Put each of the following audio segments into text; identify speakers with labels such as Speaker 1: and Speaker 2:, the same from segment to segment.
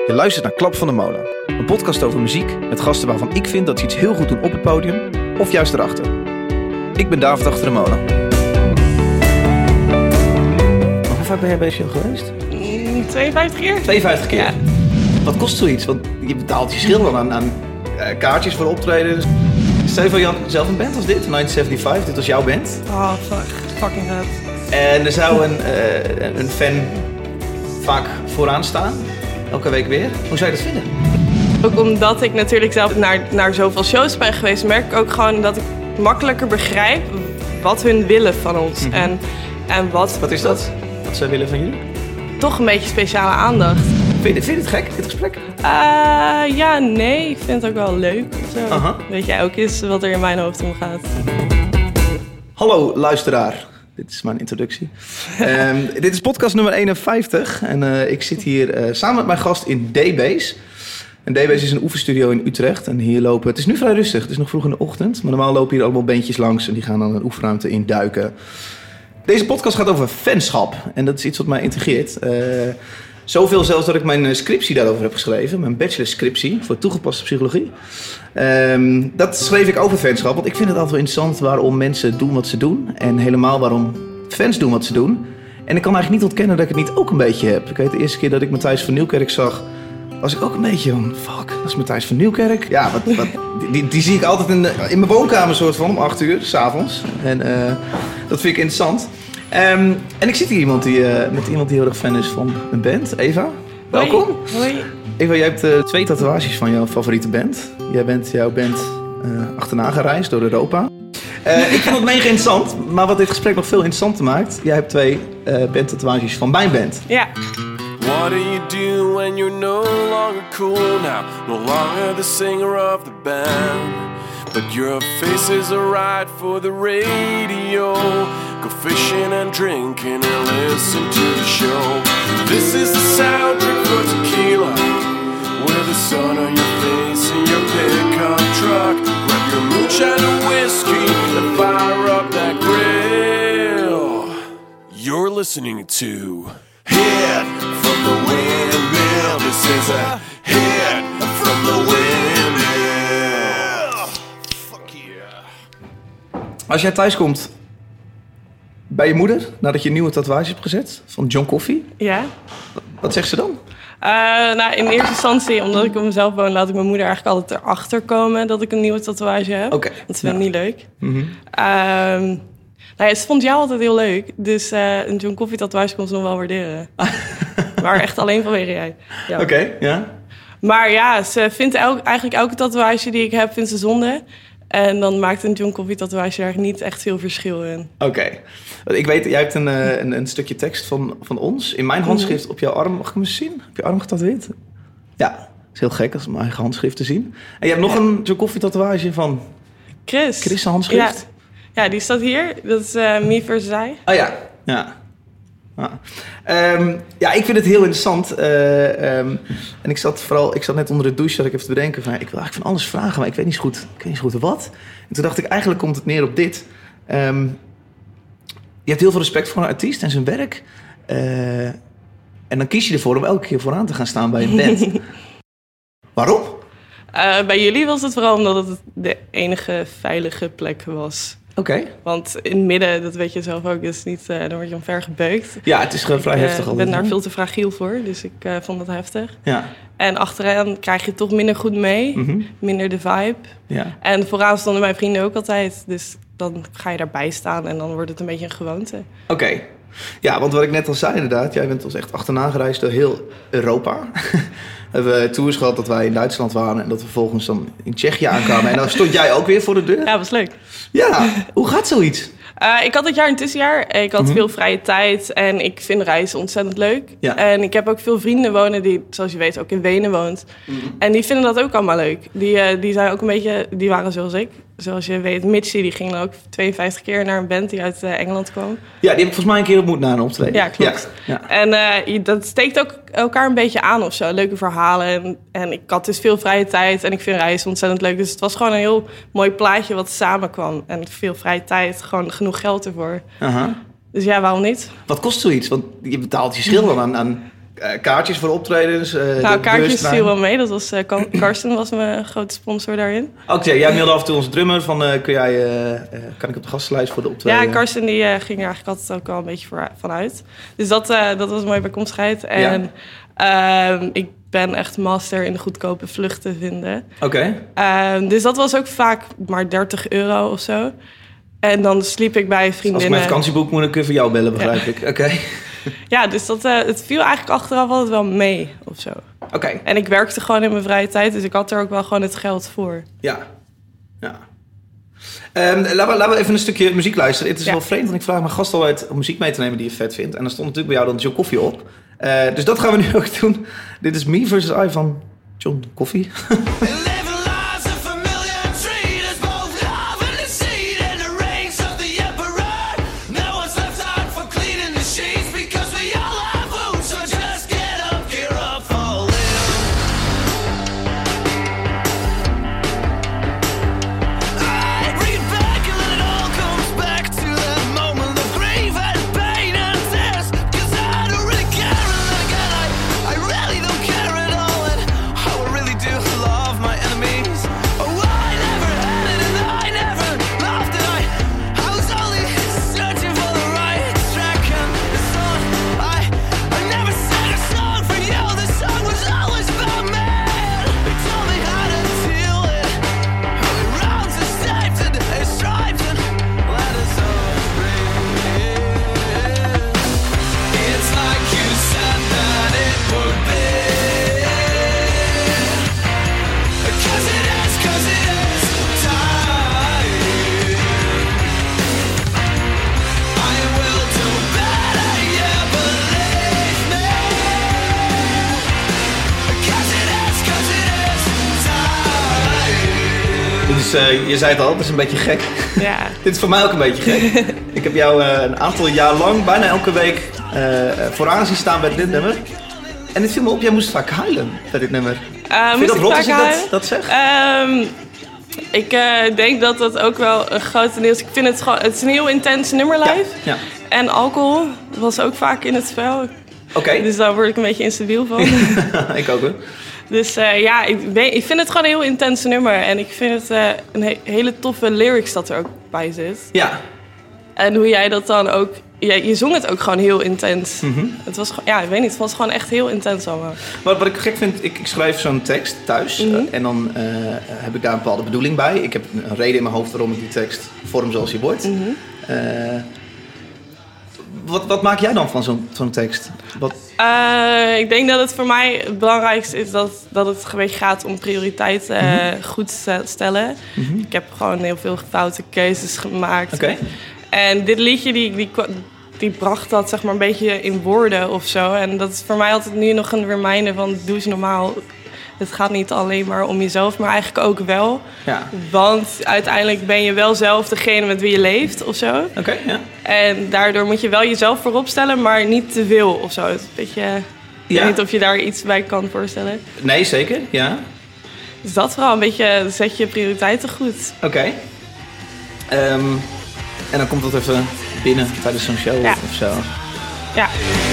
Speaker 1: Je luistert naar Klap van de Molen. Een podcast over muziek met gasten waarvan ik vind dat ze iets heel goed doen op het podium of juist erachter. Ik ben David achter de molen. Hoe vaak ben jij bij de show geweest?
Speaker 2: 52 keer.
Speaker 1: 52 keer?
Speaker 2: Ja.
Speaker 1: Wat kost zoiets? Want je betaalt je schil dan aan kaartjes voor optredens. Stel je voor je had zelf een band als dit, 1975, dit was jouw band.
Speaker 2: Oh, fucking vet.
Speaker 1: En er zou een fan vaak vooraan staan, elke week weer. Hoe zou je dat vinden?
Speaker 2: Ook omdat ik natuurlijk zelf naar zoveel shows ben geweest, merk ik ook gewoon dat ik makkelijker begrijp wat hun willen van ons.
Speaker 1: Mm-hmm.
Speaker 2: En wat
Speaker 1: is dat? Wat zij willen van jullie?
Speaker 2: Toch een beetje speciale aandacht.
Speaker 1: Vind je het gek, dit gesprek?
Speaker 2: Ja, nee. Ik vind het ook wel leuk. Zo.
Speaker 1: Aha.
Speaker 2: Weet jij ook eens wat er in mijn hoofd omgaat?
Speaker 1: Hallo luisteraar. Dit is mijn introductie. Dit is podcast nummer 51. En ik zit hier samen met mijn gast in D-Base. En D-Base is een oefenstudio in Utrecht. En hier lopen... Het is nu vrij rustig. Het is nog vroeg in de ochtend. Maar normaal lopen hier allemaal bandjes langs. En die gaan dan een oefenruimte induiken. Deze podcast gaat over fanschap. En dat is iets wat mij intrigeert. Zoveel zelfs dat ik mijn scriptie daarover heb geschreven. Mijn bachelorscriptie voor toegepaste psychologie. Dat schreef ik over fanschap. Want ik vind het altijd wel interessant waarom mensen doen wat ze doen. En helemaal waarom fans doen wat ze doen. En ik kan eigenlijk niet ontkennen dat ik het niet ook een beetje heb. Ik weet de eerste keer dat ik Matthijs van Nieuwkerk zag, was ik ook een beetje van, fuck, dat is Matthijs van Nieuwkerk. Ja, die zie ik altijd in mijn woonkamer soort van om 8 uur, 's avonds. En dat vind ik interessant. En ik zit hier met iemand die heel erg fan is van een band. Eva, welkom.
Speaker 2: Hoi.
Speaker 1: Eva, jij hebt 2 tatoeages van jouw favoriete band. Jij bent jouw band achterna gereisd door Europa. Ik vind het mega interessant, maar wat dit gesprek nog veel interessanter maakt, jij hebt 2 bandtatoeages van mijn band.
Speaker 2: Ja.
Speaker 3: What do you do when you're no longer cool now? No longer the singer of the band, but your face is alright for the radio. Go fishing and drinking and listen to the show. This is the soundtrack for tequila, with the sun on your face in your pickup truck. Grab your moonshine and whiskey and fire up that grill. You're listening to Hit from the Windmill. This is a hit from the windmill. Fuck yeah.
Speaker 1: Als jij thuis komt bij je moeder, nadat je een nieuwe tatoeage hebt gezet van John Coffey,
Speaker 2: Ja.
Speaker 1: wat zegt ze dan?
Speaker 2: In eerste instantie, omdat ik op mezelf woon, laat ik mijn moeder eigenlijk altijd erachter komen dat ik een nieuwe tatoeage heb.
Speaker 1: Oké.
Speaker 2: Dat vind ik niet leuk.
Speaker 1: Mm-hmm.
Speaker 2: Ze vond jou altijd heel leuk. Dus een John Coffey tatoeage kon ze nog wel waarderen. Maar echt alleen vanwege jij. Ja.
Speaker 1: Oké, ja.
Speaker 2: Maar ja, ze vindt eigenlijk elke tatoeage die ik heb, vindt ze zonde. En dan maakt een John Coffey tatoeage daar niet echt veel verschil in.
Speaker 1: Oké. Ik weet, jij hebt een stukje tekst van ons in mijn handschrift op jouw arm. Mag ik hem eens zien? Heb je arm getatoeëerd? Ja, dat is heel gek als mijn eigen handschrift te zien. En je hebt nog een John Coffey tatoeage van Chris' handschrift.
Speaker 2: Ja, die staat hier. Dat is Me versus I.
Speaker 1: Oh ja, ja. Ja, ik vind het heel interessant. En ik zat net onder de douche, dat ik even te bedenken van, ik wil eigenlijk van alles vragen, maar ik weet niet zo goed wat. En toen dacht ik, eigenlijk komt het neer op dit. Je hebt heel veel respect voor een artiest en zijn werk. En dan kies je ervoor om elke keer vooraan te gaan staan bij een band. Waarom?
Speaker 2: Bij jullie was het vooral omdat het de enige veilige plek was.
Speaker 1: Oké.
Speaker 2: Want in het midden, dat weet je zelf ook, is niet, dan word je omver gebeukt.
Speaker 1: Ja, het is gewoon vrij heftig
Speaker 2: Ik
Speaker 1: altijd.
Speaker 2: ben daar veel te fragiel voor, dus ik vond dat heftig.
Speaker 1: Ja.
Speaker 2: En achteraan krijg je het toch minder goed mee, minder de vibe.
Speaker 1: Ja.
Speaker 2: En vooraan stonden mijn vrienden ook altijd, dus dan ga je daarbij staan en dan wordt het een beetje een gewoonte.
Speaker 1: Oké. Ja, want wat ik net al zei inderdaad, jij bent ons echt achterna gereisd door heel Europa. We hebben tours gehad dat wij in Duitsland waren en dat we vervolgens dan in Tsjechië aankwamen. En dan stond jij ook weer voor de deur.
Speaker 2: Ja, was leuk.
Speaker 1: Ja, hoe gaat zoiets?
Speaker 2: Ik had dit jaar een tussenjaar. Ik had veel vrije tijd en ik vind reizen ontzettend leuk.
Speaker 1: Ja.
Speaker 2: En ik heb ook veel vrienden wonen die, zoals je weet, ook in Wenen woont. En die vinden dat ook allemaal leuk. Die zijn ook een beetje, die waren zoals ik. Zoals je weet, Mitchie, die ging dan ook 52 keer naar een band die uit Engeland kwam.
Speaker 1: Ja, die heb ik volgens mij een keer ontmoet na een optreden.
Speaker 2: Ja, klopt.
Speaker 1: Ja.
Speaker 2: En dat steekt ook elkaar een beetje aan of zo. Leuke verhalen. En ik had dus veel vrije tijd en ik vind reizen ontzettend leuk. Dus het was gewoon een heel mooi plaatje wat samenkwam. En veel vrije tijd, gewoon genoeg geld ervoor.
Speaker 1: Aha.
Speaker 2: Dus ja, waarom niet?
Speaker 1: Wat kost zoiets? Want je betaalt je schil dan aan kaartjes voor optredens?
Speaker 2: Kaartjes viel wel mee. Dat was Karsten was mijn grote sponsor daarin.
Speaker 1: Oké, jij mailde af en toe onze drummer van... kan ik op de gastenlijst voor de optreden?
Speaker 2: Ja, Karsten die ging er eigenlijk altijd ook wel een beetje vanuit. Dus dat was een mooie bijkomstigheid. En ik ben echt master in de goedkope vluchten vinden.
Speaker 1: Oké.
Speaker 2: Dus dat was ook vaak maar €30 of zo. En dan sliep ik bij vriendinnen.
Speaker 1: Als ik mijn vakantieboek moet ik voor jou bellen, begrijp ik. Oké.
Speaker 2: Ja, dus het viel eigenlijk achteraf altijd wel mee of zo.
Speaker 1: Oké.
Speaker 2: En ik werkte gewoon in mijn vrije tijd, dus ik had er ook wel gewoon het geld voor.
Speaker 1: Ja. Laten we even een stukje muziek luisteren. Het is wel vreemd, want ik vraag mijn gast altijd om muziek mee te nemen die je vet vindt. En dan stond natuurlijk bij jou dan John Coffee op. Dus dat gaan we nu ook doen. Dit is Me vs. I van John Coffee. Je zei het al, het is een beetje gek.
Speaker 2: Ja.
Speaker 1: Dit is voor mij ook een beetje gek. Ik heb jou een aantal jaar lang, bijna elke week, vooraan zien staan bij dit nummer. En het viel me op, jij moest vaak huilen bij dit nummer. Vind je dat rot als ik dat zeg?
Speaker 2: Ik denk dat dat ook wel een grotendeels... Ik vind het gewoon... Het is een heel intens nummer live.
Speaker 1: Ja.
Speaker 2: En alcohol was ook vaak in het spel.
Speaker 1: Oké.
Speaker 2: Dus daar word ik een beetje instabiel van.
Speaker 1: Ik ook hoor.
Speaker 2: Dus ik vind het gewoon een heel intense nummer. En ik vind het een hele toffe lyrics dat er ook bij zit.
Speaker 1: Ja.
Speaker 2: En hoe jij dat dan ook... Je zong het ook gewoon heel intens.
Speaker 1: Mm-hmm.
Speaker 2: Het was, ik weet niet, het was gewoon echt heel intens allemaal.
Speaker 1: Wat ik gek vind, ik schrijf zo'n tekst thuis.
Speaker 2: Mm-hmm.
Speaker 1: En dan heb ik daar een bepaalde bedoeling bij. Ik heb een reden in mijn hoofd waarom ik die tekst vorm zoals die wordt.
Speaker 2: Mm-hmm.
Speaker 1: Wat maak jij dan van zo'n tekst?
Speaker 2: Ik denk dat het voor mij het belangrijkste is dat het een beetje gaat om prioriteiten goed stellen.
Speaker 1: Mm-hmm.
Speaker 2: Ik heb gewoon heel veel foute keuzes gemaakt.
Speaker 1: Okay.
Speaker 2: En dit liedje die bracht dat zeg maar een beetje in woorden of zo. En dat is voor mij altijd nu nog een reminder van doe eens normaal. Het gaat niet alleen maar om jezelf, maar eigenlijk ook wel. Ja. Want uiteindelijk ben je wel zelf degene met wie je leeft of zo.
Speaker 1: Okay, ja.
Speaker 2: En daardoor moet je wel jezelf voorop stellen, maar niet te veel of zo. Het is een beetje, ik weet niet of je daar iets bij kan voorstellen.
Speaker 1: Nee, zeker, ja.
Speaker 2: Dus dat vooral een beetje, zet je prioriteiten goed.
Speaker 1: Oké. En dan komt dat even binnen tijdens zo'n show of zo.
Speaker 2: Ja.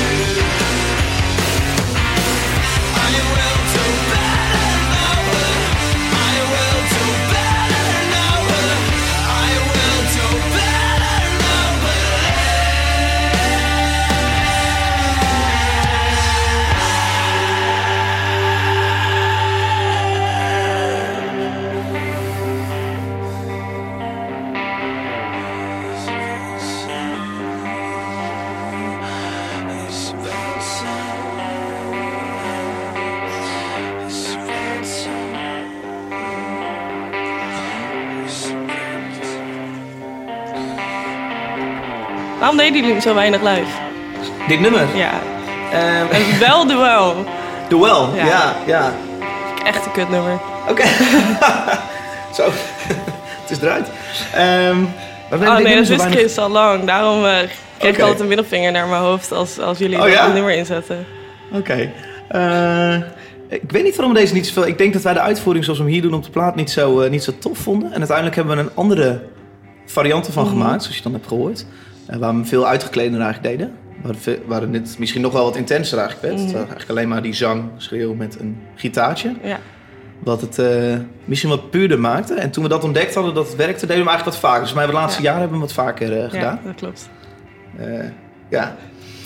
Speaker 2: Waarom deden jullie zo weinig live?
Speaker 1: Dit nummer?
Speaker 2: Ja. En wel Duel.
Speaker 1: Duel, ja.
Speaker 2: Echt een kutnummer.
Speaker 1: Oké. Zo, het is eruit.
Speaker 2: Dat wist Chris al lang. Daarom kreeg ik altijd een middelvinger naar mijn hoofd als jullie dat nummer inzetten.
Speaker 1: Oké. Ik weet niet waarom we deze niet zoveel... Ik denk dat wij de uitvoering zoals we hem hier doen op de plaat niet zo tof vonden. En uiteindelijk hebben we een andere variant ervan gemaakt, zoals je dan hebt gehoord. Waar we hem veel uitgekleeder eigenlijk deden. waar het net misschien nog wel wat intenser eigenlijk werd. Het was eigenlijk alleen maar die zang, schreeuw met een gitaartje.
Speaker 2: Ja.
Speaker 1: Wat het misschien wat puurder maakte. En toen we dat ontdekt hadden dat het werkte, deden we hem eigenlijk wat vaker. Dus de laatste jaren hebben we hem wat vaker gedaan.
Speaker 2: Ja, dat klopt.
Speaker 1: Ja.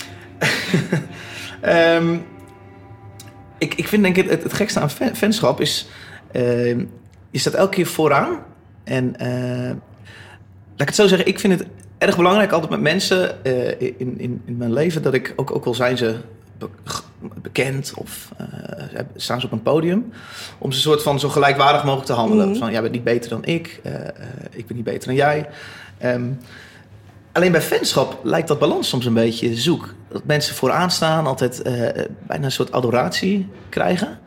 Speaker 1: Ik vind denk ik het gekste aan fanschap is... je staat elke keer vooraan. En laat ik het zo zeggen, ik vind het erg belangrijk altijd met mensen in mijn leven... dat ik, ook al zijn ze bekend of staan ze op een podium... om ze soort van zo gelijkwaardig mogelijk te handelen. Van, jij bent niet beter dan ik ben niet beter dan jij... Alleen bij fanschap lijkt dat balans soms een beetje zoek. Dat mensen vooraan staan, altijd bijna een soort adoratie krijgen.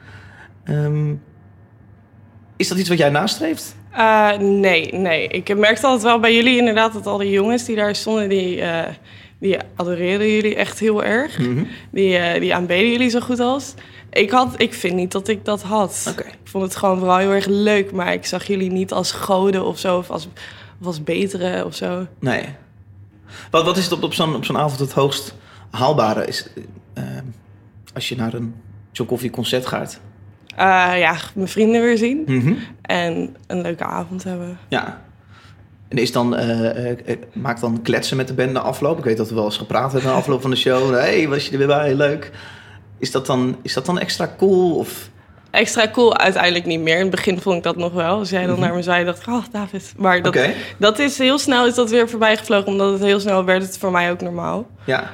Speaker 1: Is dat iets wat jij nastreeft?
Speaker 2: Nee. Ik merkte altijd wel bij jullie inderdaad dat al die jongens die daar stonden... die adoreerden jullie echt heel erg. Mm-hmm. Die aanbeden jullie zo goed als. Ik vind niet dat ik dat had.
Speaker 1: Okay.
Speaker 2: Ik vond het gewoon vooral heel erg leuk... maar ik zag jullie niet als goden of zo... of als betere of zo.
Speaker 1: Nee. Wat is het op zo'n avond het hoogst haalbare? Als je naar een John Coffee concert gaat?
Speaker 2: Mijn vrienden weer zien.
Speaker 1: Mm-hmm.
Speaker 2: En een leuke avond hebben.
Speaker 1: Ja. En is dan, maak dan kletsen met de band na afloop? Ik weet dat we wel eens gepraat hebben na afloop van de show. Hey, was je er weer bij? Leuk. Is dat dan extra cool? Of...
Speaker 2: Extra cool uiteindelijk niet meer. In het begin vond ik dat nog wel. Als jij dan naar me zei, dacht ik, David. Maar dat is heel snel is dat weer voorbij gevlogen. Omdat het heel snel werd het voor mij ook normaal.
Speaker 1: Ja.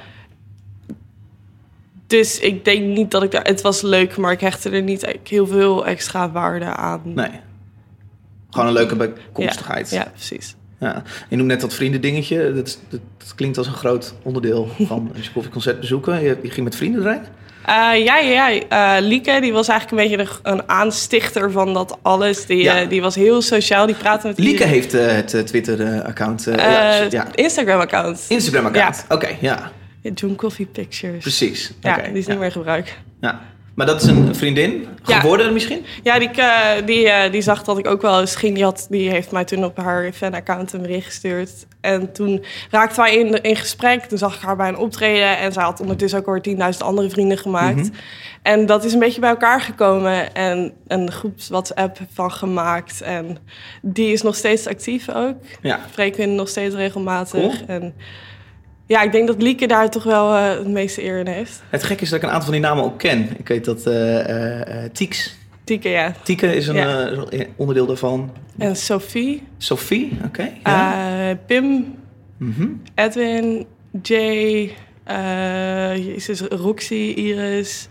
Speaker 2: Dus ik denk niet dat ik daar... Het was leuk, maar ik hechtte er niet heel veel extra waarde aan.
Speaker 1: Nee. Gewoon een leuke bijkomstigheid.
Speaker 2: Ja, precies.
Speaker 1: Ja. Je noemt net dat vriendendingetje. Dat klinkt als een groot onderdeel van een koffieconcert bezoeken. Je ging met vrienden erheen?
Speaker 2: Lieke, die was eigenlijk een beetje een aanstichter van dat alles. Die was heel sociaal, die praatte met
Speaker 1: Lieke heeft het Twitter-account.
Speaker 2: Instagram-account.
Speaker 1: Instagram-account, oké, ja.
Speaker 2: John Coffee Pictures.
Speaker 1: Precies.
Speaker 2: Ja, die is niet meer gebruikt.
Speaker 1: Ja. Maar dat is een vriendin geworden misschien? Ja,
Speaker 2: die zag dat ik ook wel eens ging. Die heeft mij toen op haar fan-account een bericht gestuurd. En toen raakten wij in gesprek. Toen zag ik haar bij een optreden. En zij had ondertussen ook al 10.000 andere vrienden gemaakt. Mm-hmm. En dat is een beetje bij elkaar gekomen. En een groeps WhatsApp van gemaakt. En die is nog steeds actief ook.
Speaker 1: Ja.
Speaker 2: Spreken we nog steeds regelmatig.
Speaker 1: Cool.
Speaker 2: En ja, ik denk dat Lieke daar toch wel het meeste eer in heeft.
Speaker 1: Het gekke is dat ik een aantal van die namen ook ken. Ik weet dat Tieks.
Speaker 2: Tieke, ja.
Speaker 1: Tieke is een onderdeel daarvan.
Speaker 2: En Sophie.
Speaker 1: Sophie, oké.
Speaker 2: Pim.
Speaker 1: Mm-hmm.
Speaker 2: Edwin. Jay. Roxy. Iris.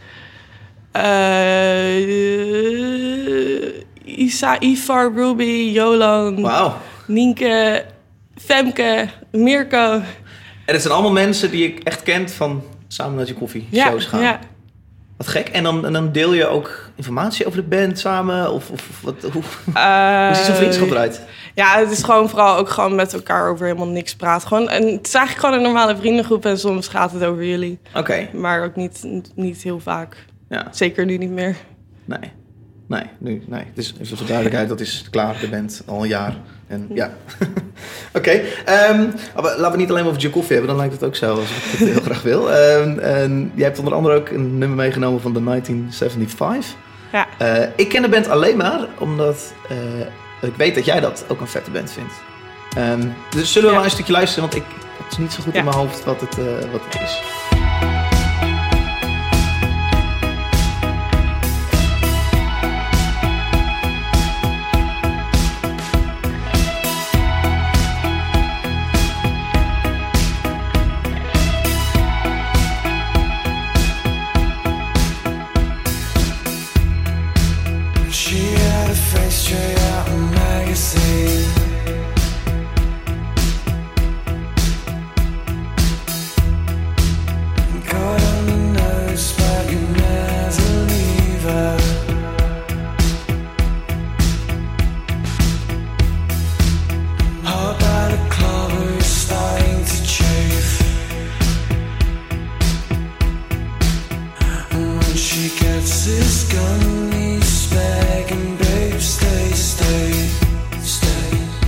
Speaker 2: Ifar, Ruby, Jolan.
Speaker 1: Wauw.
Speaker 2: Nienke. Femke. Mirko.
Speaker 1: En het zijn allemaal mensen die ik echt kent van samen naar je koffieshows gaan. Ja. Wat gek. En dan deel je ook informatie over de band samen? Of wat, hoe ziet zo'n vriendschap eruit?
Speaker 2: Ja, het is gewoon vooral ook gewoon met elkaar over helemaal niks praten. En het is eigenlijk gewoon een normale vriendengroep en soms gaat het over jullie.
Speaker 1: Oké.
Speaker 2: Maar ook niet heel vaak.
Speaker 1: Ja.
Speaker 2: Zeker nu niet meer.
Speaker 1: Nee. Dus even voor duidelijkheid, dat is klaar. De band al een jaar. En ja. Oké. Laten we niet alleen over John Coffee hebben. Dan lijkt het ook zo, als ik het heel graag wil. Jij hebt onder andere ook een nummer meegenomen van de 1975.
Speaker 2: Ja.
Speaker 1: Ik ken de band alleen maar omdat ik weet dat jij dat ook een vette band vindt. Dus zullen we maar een stukje luisteren, want het is niet zo goed in mijn hoofd wat het is.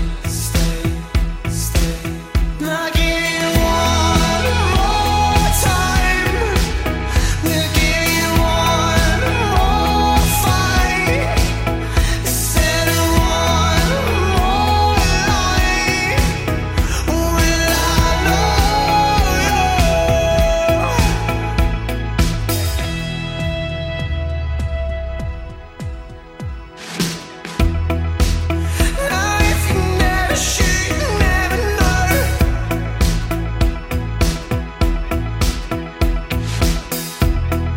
Speaker 4: Like it one more time.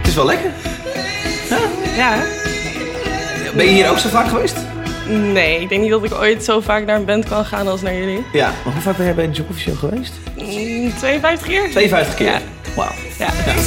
Speaker 1: is wel lekker.
Speaker 2: Ja.
Speaker 1: Ben je hier ook zo vaak geweest?
Speaker 2: Nee, ik denk niet dat ik ooit zo vaak naar een band kan gaan als naar jullie.
Speaker 1: Ja, maar hoe vaak ben jij bij een Job Officieel geweest?
Speaker 2: 52 keer?
Speaker 1: 52 keer?
Speaker 2: Ja.
Speaker 1: Wauw.
Speaker 2: Ja.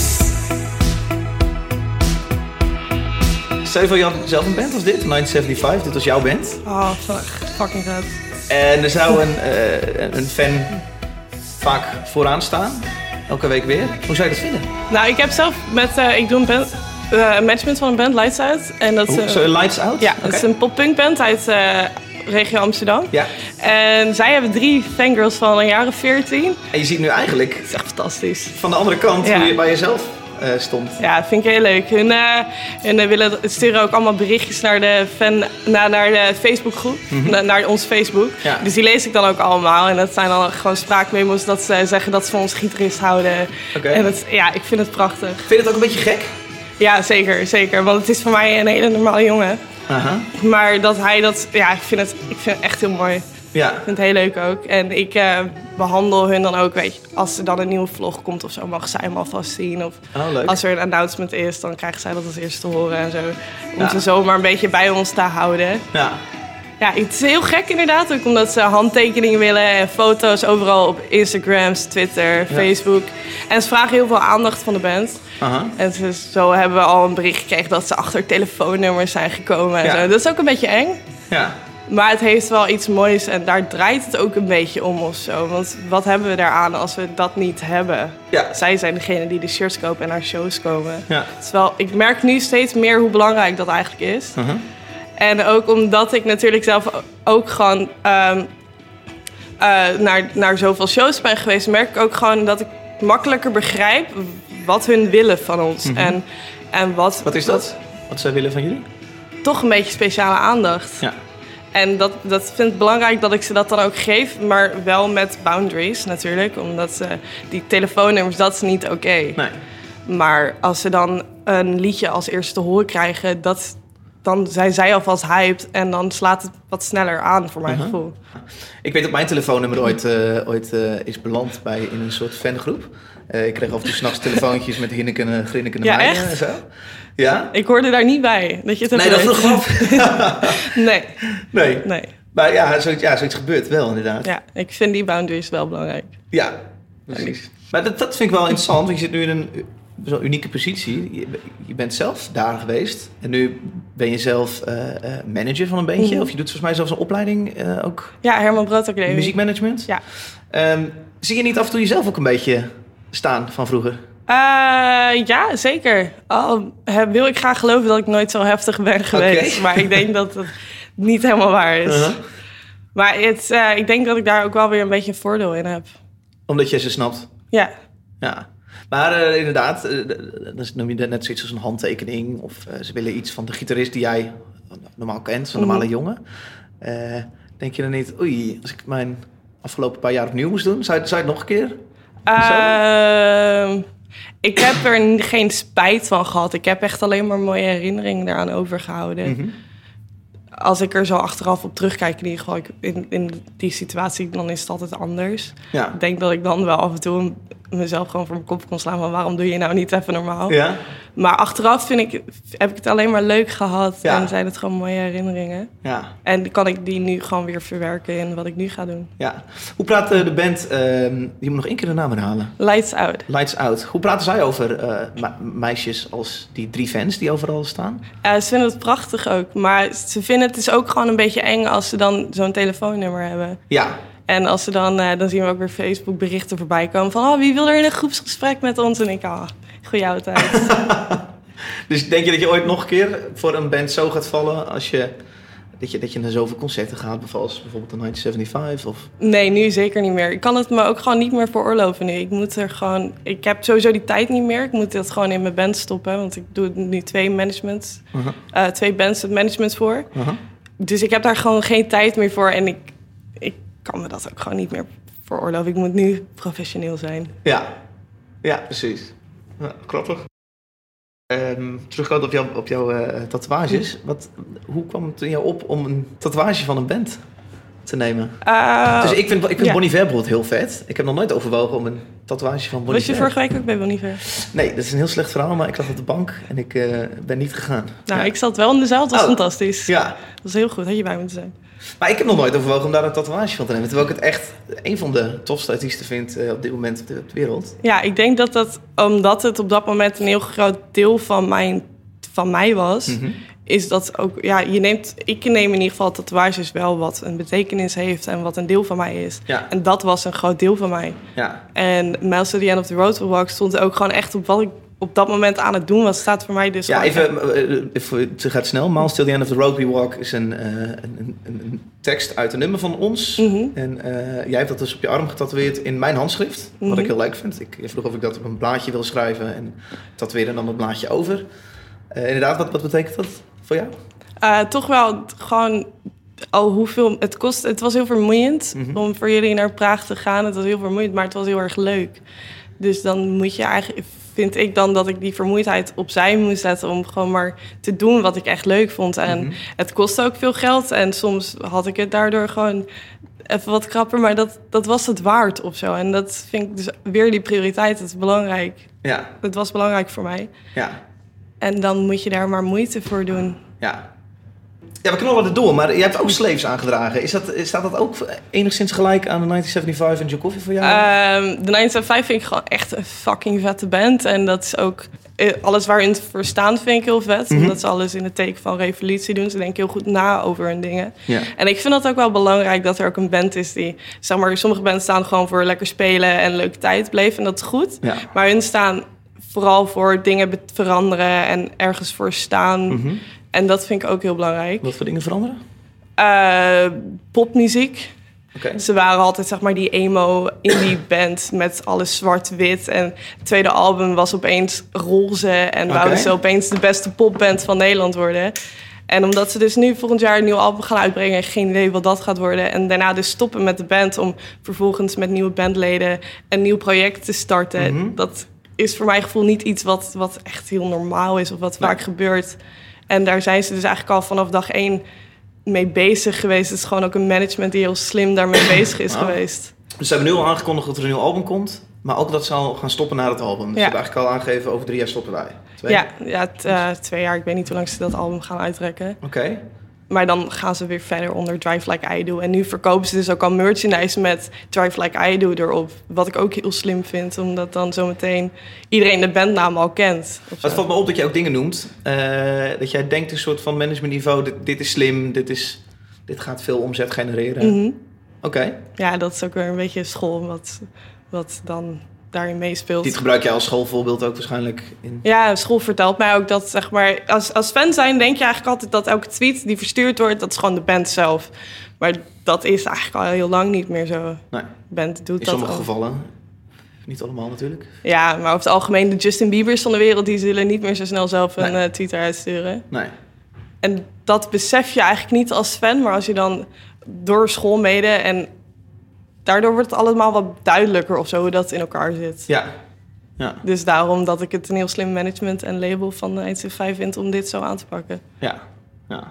Speaker 1: Stel je voor, je had zelf een band als dit, 1975, dit was jouw band.
Speaker 2: Oh, fucking vet.
Speaker 1: En er zou een fan vaak vooraan staan, elke week weer. Hoe zou je dat vinden?
Speaker 2: Nou, ik heb zelf ik doe een management van een band, Lights Out. En dat is
Speaker 1: Lights Out?
Speaker 2: Ja, dat is een pop-punk band uit regio Amsterdam.
Speaker 1: Ja.
Speaker 2: En zij hebben 3 fangirls van een jaar of 14.
Speaker 1: En je ziet nu eigenlijk,
Speaker 2: Dat is echt fantastisch.
Speaker 1: van de andere kant, hoe je bij jezelf stond.
Speaker 2: Ja, dat vind ik heel leuk. Hun sturen ook allemaal berichtjes naar de naar de Facebookgroep, naar ons Facebook.
Speaker 1: Ja.
Speaker 2: Dus die lees ik dan ook allemaal. En dat zijn dan gewoon spraakmemo's dat ze zeggen dat ze van ons gitarist houden.
Speaker 1: Oké.
Speaker 2: En ik vind het prachtig.
Speaker 1: Vind je het ook een beetje gek?
Speaker 2: Ja, zeker. Want het is voor mij een hele normale jongen.
Speaker 1: Aha.
Speaker 2: Maar dat hij dat... Ja, ik vind het echt heel mooi.
Speaker 1: Ja.
Speaker 2: Ik vind het heel leuk ook. En ik behandel hun dan ook, weet je, als er dan een nieuwe vlog komt of zo, mag zij hem alvast zien. Of
Speaker 1: leuk.
Speaker 2: als er een announcement is, dan krijgen zij dat als eerste te horen en zo. Om ze zomaar een beetje bij ons te houden.
Speaker 1: Ja.
Speaker 2: Ja, het is heel gek inderdaad, ook omdat ze handtekeningen willen en foto's overal op Instagram, Twitter, Facebook. En ze vragen heel veel aandacht van de band.
Speaker 1: Aha.
Speaker 2: En zo hebben we al een bericht gekregen dat ze achter telefoonnummers zijn gekomen en zo. Dat is ook een beetje eng.
Speaker 1: Ja.
Speaker 2: Maar het heeft wel iets moois en daar draait het ook een beetje om of zo. Want wat hebben we daaraan als we dat niet hebben?
Speaker 1: Ja.
Speaker 2: Zij zijn degene die de shirts kopen en naar shows komen.
Speaker 1: Ja.
Speaker 2: Terwijl ik merk nu steeds meer hoe belangrijk dat eigenlijk is.
Speaker 1: Uh-huh.
Speaker 2: En ook omdat ik natuurlijk zelf ook gewoon naar zoveel shows ben geweest, merk ik ook gewoon dat ik makkelijker begrijp wat hun willen van ons.
Speaker 1: Mm-hmm.
Speaker 2: En wat
Speaker 1: is dat? Wat zij willen van jullie?
Speaker 2: Toch een beetje speciale aandacht.
Speaker 1: Ja.
Speaker 2: En dat vind ik belangrijk dat ik ze dat dan ook geef, maar wel met boundaries natuurlijk. Omdat die telefoonnummers, dat is niet oké.
Speaker 1: Nee.
Speaker 2: Maar als ze dan een liedje als eerste te horen krijgen, dan zijn zij alvast hyped en dan slaat het wat sneller aan voor mijn gevoel.
Speaker 1: Ik weet dat mijn telefoonnummer ooit is beland in een soort fangroep. Ik kreeg af en toe 's nachts telefoontjes met hinnikende, grinnikende meiden
Speaker 2: echt?
Speaker 1: en zo. Ja?
Speaker 2: Ik hoorde daar niet bij. Dat je het
Speaker 1: Nee, dat vroeg me af.
Speaker 2: Nee.
Speaker 1: Maar ja, zoiets gebeurt wel inderdaad.
Speaker 2: Ja, ik vind die boundaries wel belangrijk.
Speaker 1: Ja, precies. Maar dat vind ik wel interessant, want je zit nu in een zo'n unieke positie. Je bent zelf daar geweest en nu ben je zelf manager van een bandje. Of je doet volgens mij zelfs een opleiding ook.
Speaker 2: Ja, Herman Brood Academie.
Speaker 1: Muziekmanagement.
Speaker 2: Ja.
Speaker 1: Zie je niet af en toe jezelf ook een beetje staan van vroeger?
Speaker 2: Ja, zeker. Al wil ik graag geloven dat ik nooit zo heftig ben geweest. Okay. Maar ik denk dat het niet helemaal waar is. Uh-huh. Maar ik denk dat ik daar ook wel weer een beetje een voordeel in heb.
Speaker 1: Omdat je ze snapt?
Speaker 2: Ja.
Speaker 1: Ja. Maar inderdaad, dan noem je net zoiets als een handtekening. Of ze willen iets van de gitarist die jij normaal kent, zo'n normale jongen. Denk je dan niet, oei, als ik mijn afgelopen paar jaar opnieuw moest doen, zou je het nog een keer?
Speaker 2: Ik heb er geen spijt van gehad. Ik heb echt alleen maar mooie herinneringen daaraan overgehouden. Mm-hmm. Als ik er zo achteraf op terugkijk, in ieder geval in die situatie, dan is het altijd anders. Ja. Ik denk dat ik dan wel af en toe mezelf gewoon voor mijn kop kon slaan van waarom doe je nou niet even normaal? Ja. Maar achteraf heb ik het alleen maar leuk gehad en zijn het gewoon mooie herinneringen. Ja. En kan ik die nu gewoon weer verwerken in wat ik nu ga doen. Ja.
Speaker 1: Hoe praat de band, je moet nog één keer de naam herhalen.
Speaker 2: Lights Out.
Speaker 1: Lights Out. Hoe praten zij over meisjes als die 3 fans die overal staan?
Speaker 2: Ze vinden het prachtig ook, maar ze vinden het is ook gewoon een beetje eng als ze dan zo'n telefoonnummer hebben. Ja. En als ze dan zien we ook weer Facebook berichten voorbij komen van wie wil er in een groepsgesprek met ons? En ik, goeie oude tijd.
Speaker 1: Dus denk je dat je ooit nog een keer voor een band zo gaat vallen als dat je naar zoveel concerten gaat, bijvoorbeeld de 1975? Of? Nee,
Speaker 2: nu zeker niet meer. Ik kan het me ook gewoon niet meer veroorloven nu. Ik heb sowieso die tijd niet meer. Ik moet dat gewoon in mijn band stoppen, want ik doe nu 2 managements, 2 bands met management voor. Dus ik heb daar gewoon geen tijd meer voor en ik kan me dat ook gewoon niet meer veroorloven. Ik moet nu professioneel zijn.
Speaker 1: Ja, precies. Ja, grappig. Terugkomend op jouw tatoeages. Hoe kwam het in jou op om een tatoeage van een band te nemen? Dus ik vind Bon Iver bijvoorbeeld heel vet. Ik heb nog nooit overwogen om een tatoeage van Bon
Speaker 2: Was je
Speaker 1: Iver.
Speaker 2: vorige week ook bij Bon Iver?
Speaker 1: Nee, dat is een heel slecht verhaal, maar ik lag op de bank en ik ben niet gegaan.
Speaker 2: Nou,
Speaker 1: Ja.
Speaker 2: ik zat wel in de zaal. Het was
Speaker 1: Oh.
Speaker 2: fantastisch.
Speaker 1: Ja,
Speaker 2: Dat was heel goed. Had je bij moeten zijn.
Speaker 1: maar ik heb nog nooit overwogen om daar een tatoeage van te nemen. Terwijl ik het echt een van de tofste artiesten vind op dit moment op de wereld.
Speaker 2: Ja, ik denk dat omdat het op dat moment een heel groot deel van mij was...
Speaker 1: Mhm.
Speaker 2: is dat ook... Ja, ik neem in ieder geval tatoeages wel wat een betekenis heeft... en wat een deel van mij is.
Speaker 1: Ja,
Speaker 2: En dat was een groot deel van mij.
Speaker 1: ja,
Speaker 2: En Miles to the End of the Road Will Walk stond ook gewoon echt op wat ik op dat moment aan het doen was. Staat voor mij dus
Speaker 1: ja
Speaker 2: gewoon
Speaker 1: even, het gaat snel. Miles Till the End of the Road We Walk is een tekst uit een nummer van ons.
Speaker 2: Mhm.
Speaker 1: En jij hebt dat dus op je arm getatoeëerd in mijn handschrift. Wat
Speaker 2: Mhm.
Speaker 1: ik heel leuk vind. Ik vroeg of ik dat op een blaadje wil schrijven en tatoeëerde dan het blaadje over. Inderdaad, wat betekent dat voor jou?
Speaker 2: Toch wel gewoon al hoeveel het kost. Het was heel vermoeiend
Speaker 1: Mhm.
Speaker 2: om voor jullie naar Praag te gaan. Het was heel vermoeiend, maar het was heel erg leuk. Dus dan moet je eigenlijk, vind ik dan dat ik die vermoeidheid opzij moest zetten om gewoon maar te doen wat ik echt leuk vond. En
Speaker 1: Mhm.
Speaker 2: het kostte ook veel geld en soms had ik het daardoor gewoon even wat krapper, maar dat was het waard of zo. En dat vind ik dus weer die prioriteit. Het is belangrijk.
Speaker 1: Ja,
Speaker 2: Het was belangrijk voor mij.
Speaker 1: ja,
Speaker 2: En dan moet je daar maar moeite voor doen.
Speaker 1: ja. Ja, we knallen er door, maar je hebt ook Slaves aangedragen. Staat dat ook enigszins gelijk aan de 1975 en Joe Coffey voor jou?
Speaker 2: De 975 vind ik gewoon echt een fucking vette band. En dat is ook... alles waar hun voor staan vind ik heel vet.
Speaker 1: Mhm.
Speaker 2: Omdat ze alles in het teken van revolutie doen. Ze denken heel goed na over hun dingen.
Speaker 1: Ja.
Speaker 2: En ik vind dat ook wel belangrijk dat er ook een band is die... Zeg maar, sommige bands staan gewoon voor lekker spelen en leuke tijd beleven. En dat is goed.
Speaker 1: Ja.
Speaker 2: Maar hun staan vooral voor dingen veranderen en ergens voor staan.
Speaker 1: Mhm.
Speaker 2: En dat vind ik ook heel belangrijk.
Speaker 1: Wat voor dingen veranderen?
Speaker 2: Popmuziek.
Speaker 1: Oké.
Speaker 2: Ze waren altijd, zeg maar, die emo indie band met alles zwart-wit. En het tweede album was opeens roze. En
Speaker 1: Oké.
Speaker 2: wouden ze opeens de beste popband van Nederland worden. En omdat ze dus nu volgend jaar een nieuw album gaan uitbrengen... geen idee wat dat gaat worden. En daarna dus stoppen met de band... om vervolgens met nieuwe bandleden een nieuw project te starten.
Speaker 1: Mhm.
Speaker 2: Dat is voor mijn gevoel niet iets wat echt heel normaal is... of wat
Speaker 1: Nee.
Speaker 2: vaak gebeurt. En daar zijn ze dus eigenlijk al vanaf dag 1 mee bezig geweest. Het is gewoon ook een management die heel slim daarmee bezig is
Speaker 1: Ah.
Speaker 2: geweest.
Speaker 1: Dus ze hebben nu al aangekondigd dat er een nieuw album komt. Maar ook dat ze al gaan stoppen na het album. Dus ze
Speaker 2: Ja.
Speaker 1: hebben eigenlijk al aangegeven over 3 jaar stoppen wij. 2?
Speaker 2: Ja, 2 jaar. Ik weet niet hoe lang ze dat album gaan uitrekken.
Speaker 1: Oké.
Speaker 2: Maar dan gaan ze weer verder onder Drive Like I Do. En nu verkopen ze dus ook al merchandise met Drive Like I Do erop. Wat ik ook heel slim vind, omdat dan zometeen iedereen de bandnaam al kent. of zo.
Speaker 1: Het valt me op dat je ook dingen noemt. Dat jij denkt een soort van managementniveau. Dit is slim, dit gaat veel omzet genereren.
Speaker 2: Mhm.
Speaker 1: Oké.
Speaker 2: Ja, dat is ook weer een beetje school wat dan daarin meespeelt.
Speaker 1: Dit gebruik jij als schoolvoorbeeld ook waarschijnlijk in...
Speaker 2: Ja, school vertelt mij ook dat, zeg maar... Als fan zijn denk je eigenlijk altijd dat elke tweet die verstuurd wordt... dat is gewoon de band zelf. Maar dat is eigenlijk al heel lang niet meer zo.
Speaker 1: Nee,
Speaker 2: Band doet
Speaker 1: in
Speaker 2: dat
Speaker 1: sommige
Speaker 2: al.
Speaker 1: gevallen. Niet allemaal natuurlijk.
Speaker 2: Ja, maar over het algemeen de Justin Biebers van de wereld... die zullen niet meer zo snel zelf een
Speaker 1: Nee.
Speaker 2: tweet eruit sturen.
Speaker 1: Nee.
Speaker 2: En dat besef je eigenlijk niet als fan... maar als je dan door school mede... en daardoor wordt het allemaal wat duidelijker of zo... hoe dat in elkaar zit.
Speaker 1: Ja. Ja.
Speaker 2: Dus daarom dat ik het een heel slim management en label van 125 vind... om dit zo aan te pakken.
Speaker 1: Ja. Ja.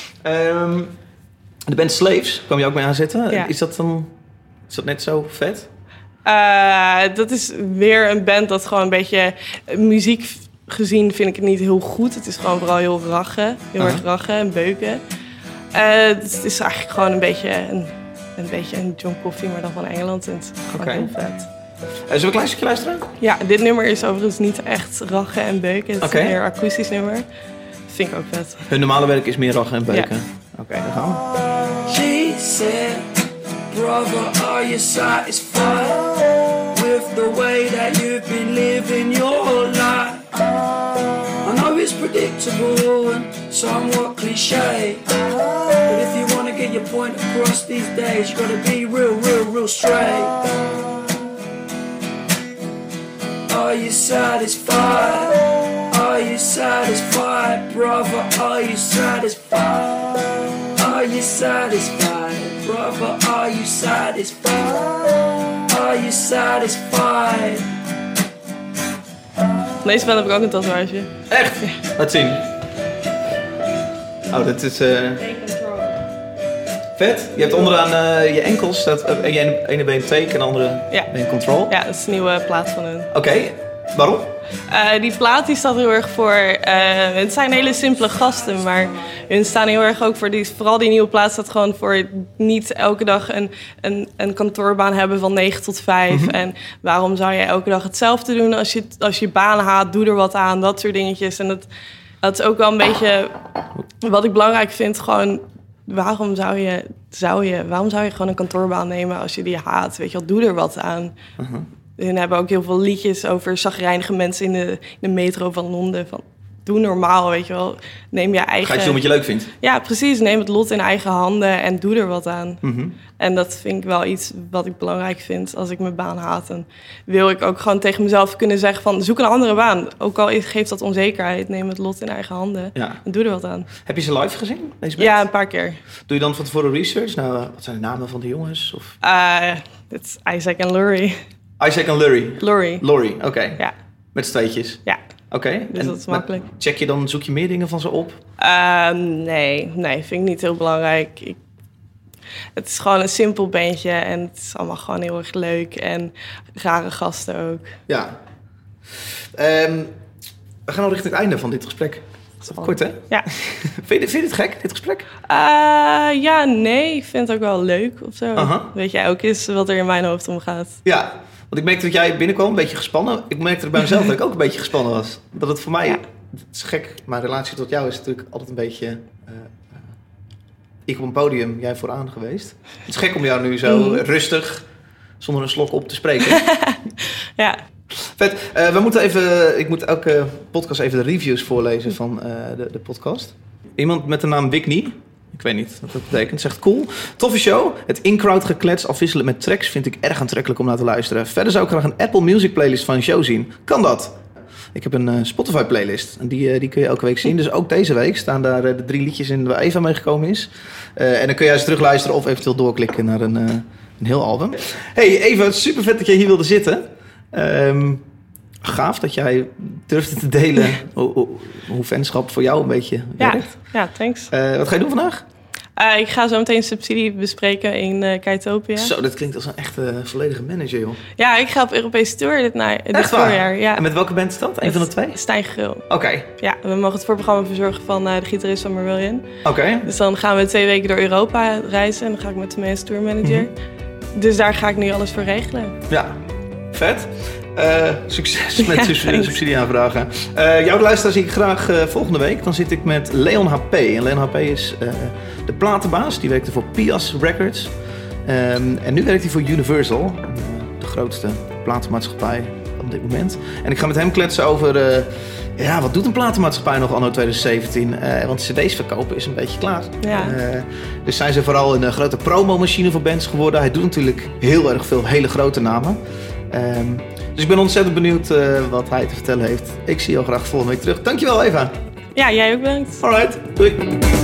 Speaker 1: De band Slaves kwam je ook mee aanzetten.
Speaker 2: Ja.
Speaker 1: Is dat net zo vet?
Speaker 2: Dat is weer een band dat gewoon een beetje... muziek gezien vind ik het niet heel goed. Het is gewoon vooral heel raggen. Heel erg raggen en beuken. Het is eigenlijk gewoon een beetje een John Coffey, maar dan van Engeland. En het is gewoon
Speaker 1: Oké.
Speaker 2: heel vet.
Speaker 1: Zullen we een klein stukje luisteren?
Speaker 2: Ja, dit nummer is overigens niet echt raggen en beuken. Het is
Speaker 1: Oké.
Speaker 2: een meer akoestisch nummer. Dat vind ik ook vet.
Speaker 1: Hun normale werk is meer raggen en beuken. Oké, daar gaan we.
Speaker 4: She said, brother, are you satisfied with the way that you've been living your life? I know it's predictable and somewhat cliche, but if you want to get your point across these days, you gotta be real straight. Are you satisfied? Are you satisfied, brother? Are you satisfied? Are you satisfied, brother? Are you satisfied? Are you satisfied?
Speaker 2: Van deze band heb ik ook een tatoeage.
Speaker 1: Echt? Laat zien. Oh, dat is... Vet. Je hebt onderaan je enkels, staat ene been take en de andere been control.
Speaker 2: Ja, dat is een nieuwe plaat van hun.
Speaker 1: Oké, waarom?
Speaker 2: Die plaat die staat heel erg voor... het zijn hele simpele gasten, maar hun staan heel erg ook voor... Vooral die nieuwe plaat staat gewoon voor niet elke dag een kantoorbaan hebben van 9 tot 5. Mm-hmm. En waarom zou je elke dag hetzelfde doen als je baan haat, doe er wat aan, dat soort dingetjes. En dat is ook wel een beetje wat ik belangrijk vind, gewoon... Waarom zou je gewoon een kantoorbaan nemen als je die haat? Weet je wel, doe er wat aan. Uh-huh. Hun hebben ook heel veel liedjes over chagrijnige mensen in de metro van Londen. Van, doe normaal, weet je wel. Neem je eigen...
Speaker 1: Ga je doen wat je leuk vindt.
Speaker 2: Ja, precies. Neem het lot in eigen handen en doe er wat aan. Mm-hmm. En dat vind ik wel iets wat ik belangrijk vind als ik mijn baan haat. En wil ik ook gewoon tegen mezelf kunnen zeggen van... zoek een andere baan. Ook al geeft dat onzekerheid. Neem het lot in eigen handen en doe er wat aan.
Speaker 1: Heb je ze live gezien, deze band?
Speaker 2: Ja, een paar keer.
Speaker 1: Doe je dan van tevoren research? Nou, wat zijn de namen van de jongens? Of?
Speaker 2: Het is Isaac en Laurie.
Speaker 1: Isaac en Laurie?
Speaker 2: Laurie,
Speaker 1: oké.
Speaker 2: Ja.
Speaker 1: Met z'n tweetjes?
Speaker 2: Ja.
Speaker 1: Oké.
Speaker 2: Dus dat is makkelijk.
Speaker 1: Check je dan, zoek je meer dingen van ze op?
Speaker 2: Nee, vind ik niet heel belangrijk. Het is gewoon een simpel bandje en het is allemaal gewoon heel erg leuk. En rare gasten ook.
Speaker 1: Ja. We gaan al richting het einde van dit gesprek. Dat is kort, hè?
Speaker 2: Ja.
Speaker 1: Vind je het gek, dit gesprek?
Speaker 2: Ja, nee. Ik vind het ook wel leuk of zo. Uh-huh. Weet jij ook eens wat er in mijn hoofd omgaat?
Speaker 1: Ja. Want ik merkte dat jij binnenkwam, een beetje gespannen. Ik merkte bij mezelf dat ik ook een beetje gespannen was. Dat het voor mij, het is gek, mijn relatie tot jou is natuurlijk altijd een beetje... ik op een podium, jij vooraan geweest. Het is gek om jou nu zo rustig, zonder een slok op te spreken.
Speaker 2: Ja.
Speaker 1: Vet. Ik moet elke podcast even de reviews voorlezen van de podcast. Iemand met de naam Wickney. Ik weet niet wat dat betekent. Zegt cool. Toffe show. Het in-crowd geklets afwisselen met tracks vind ik erg aantrekkelijk om naar te luisteren. Verder zou ik graag een Apple Music playlist van een show zien. Kan dat? Ik heb een Spotify playlist. En die kun je elke week zien. Dus ook deze week staan daar de 3 liedjes in waar Eva meegekomen is. En dan kun je eens terugluisteren of eventueel doorklikken naar een heel album. Hey Eva, super vet dat jij hier wilde zitten. Gaaf dat jij durfde te delen hoe fanschap voor jou een beetje werkt.
Speaker 2: Ja, thanks.
Speaker 1: Wat ga je doen vandaag?
Speaker 2: Ik ga zo meteen subsidie bespreken in Kaitopia.
Speaker 1: Zo, dat klinkt als een echte volledige manager, joh.
Speaker 2: Ja, ik ga op Europese tour dit voorjaar. Ja.
Speaker 1: En met welke band is dat? Een van de 2?
Speaker 2: Stijn Gril.
Speaker 1: Oké.
Speaker 2: Ja, we mogen het voorprogramma verzorgen van de gitarist van Marillion.
Speaker 1: Oké.
Speaker 2: Dus dan gaan we 2 weken door Europa reizen en dan ga ik met de meeste tourmanager. Mm-hmm. Dus daar ga ik nu alles voor regelen.
Speaker 1: Ja, vet. Succes met subsidieaanvragen. Jouw luisteraar zie ik graag volgende week. Dan zit ik met Leon HP. En Leon HP is de platenbaas. Die werkte voor Pias Records. En nu werkt hij voor Universal. De grootste platenmaatschappij op dit moment. En ik ga met hem kletsen over... wat doet een platenmaatschappij nog anno 2017? Want cd's verkopen is een beetje klaar.
Speaker 2: Ja.
Speaker 1: Dus zijn ze vooral een grote promomachine voor bands geworden. Hij doet natuurlijk heel erg veel hele grote namen. Dus ik ben ontzettend benieuwd wat hij te vertellen heeft. Ik zie jou graag volgende week terug. Dankjewel, Eva.
Speaker 2: Ja, jij ook bedankt.
Speaker 1: Alright, doei.